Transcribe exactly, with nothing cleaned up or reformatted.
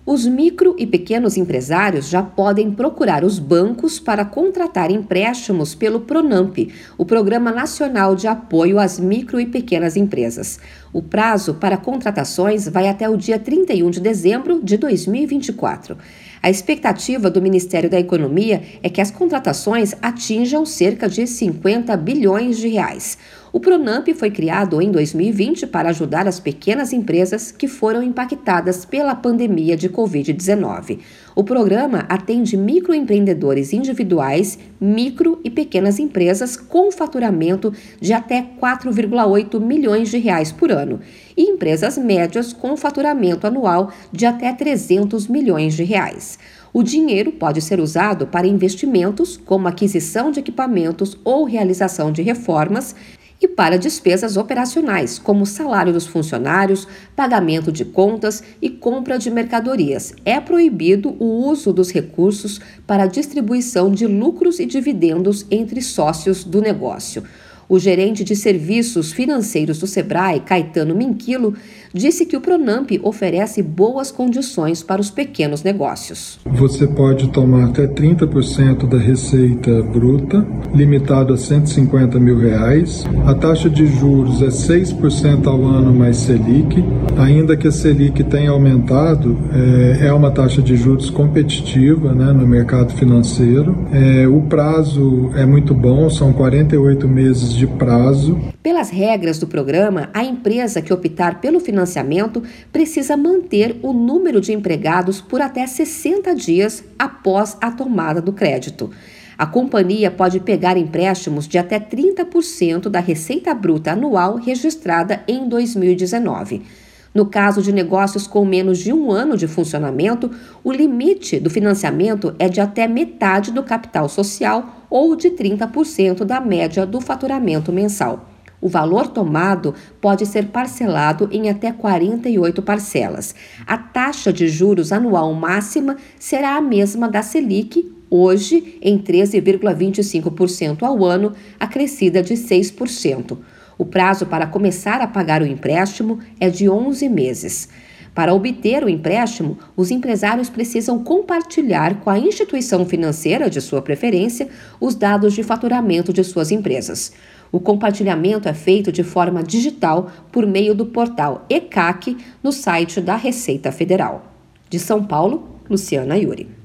Os micro e pequenos empresários já podem procurar os bancos para contratar empréstimos pelo PRONAMP, o Programa Nacional de Apoio às Micro e Pequenas Empresas. O prazo para contratações vai até o dia trinta e um de dezembro de dois mil e vinte e quatro. A expectativa do Ministério da Economia é que as contratações atinjam cerca de cinquenta bilhões de reais. O PRONAMP foi criado em dois mil e vinte para ajudar as pequenas empresas que foram impactadas pela pandemia de covid dezenove. O programa atende microempreendedores individuais, micro e pequenas empresas com faturamento de até quatro vírgula oito milhões de reais por ano e empresas médias com faturamento anual de até trezentos milhões de reais. O dinheiro pode ser usado para investimentos, como aquisição de equipamentos ou realização de reformas, e para despesas operacionais, como salário dos funcionários, pagamento de contas e compra de mercadorias. É proibido o uso dos recursos para a distribuição de lucros e dividendos entre sócios do negócio. O gerente de serviços financeiros do Sebrae, Caetano Minquilo, disse que o PRONAMP oferece boas condições para os pequenos negócios. Você pode tomar até trinta por cento da receita bruta, limitado a cento e cinquenta mil reais. A taxa de juros é seis por cento ao ano mais Selic. Ainda que a Selic tenha aumentado, é, é uma taxa de juros competitiva, né, no mercado financeiro. É, o prazo é muito bom, são quarenta e oito meses de prazo. Pelas regras do programa, a empresa que optar pelo financiamento precisa manter o número de empregados por até sessenta dias após a tomada do crédito. A companhia pode pegar empréstimos de até trinta por cento da receita bruta anual registrada em dois mil e dezenove. No caso de negócios com menos de um ano de funcionamento, o limite do financiamento é de até metade do capital social ou de trinta por cento da média do faturamento mensal. O valor tomado pode ser parcelado em até quarenta e oito parcelas. A taxa de juros anual máxima será a mesma da Selic, hoje em treze vírgula vinte e cinco por cento ao ano, acrescida de seis por cento. O prazo para começar a pagar o empréstimo é de onze meses. Para obter o empréstimo, os empresários precisam compartilhar com a instituição financeira de sua preferência os dados de faturamento de suas empresas. O compartilhamento é feito de forma digital por meio do portal E C A C no site da Receita Federal. De São Paulo, Luciana Iuri.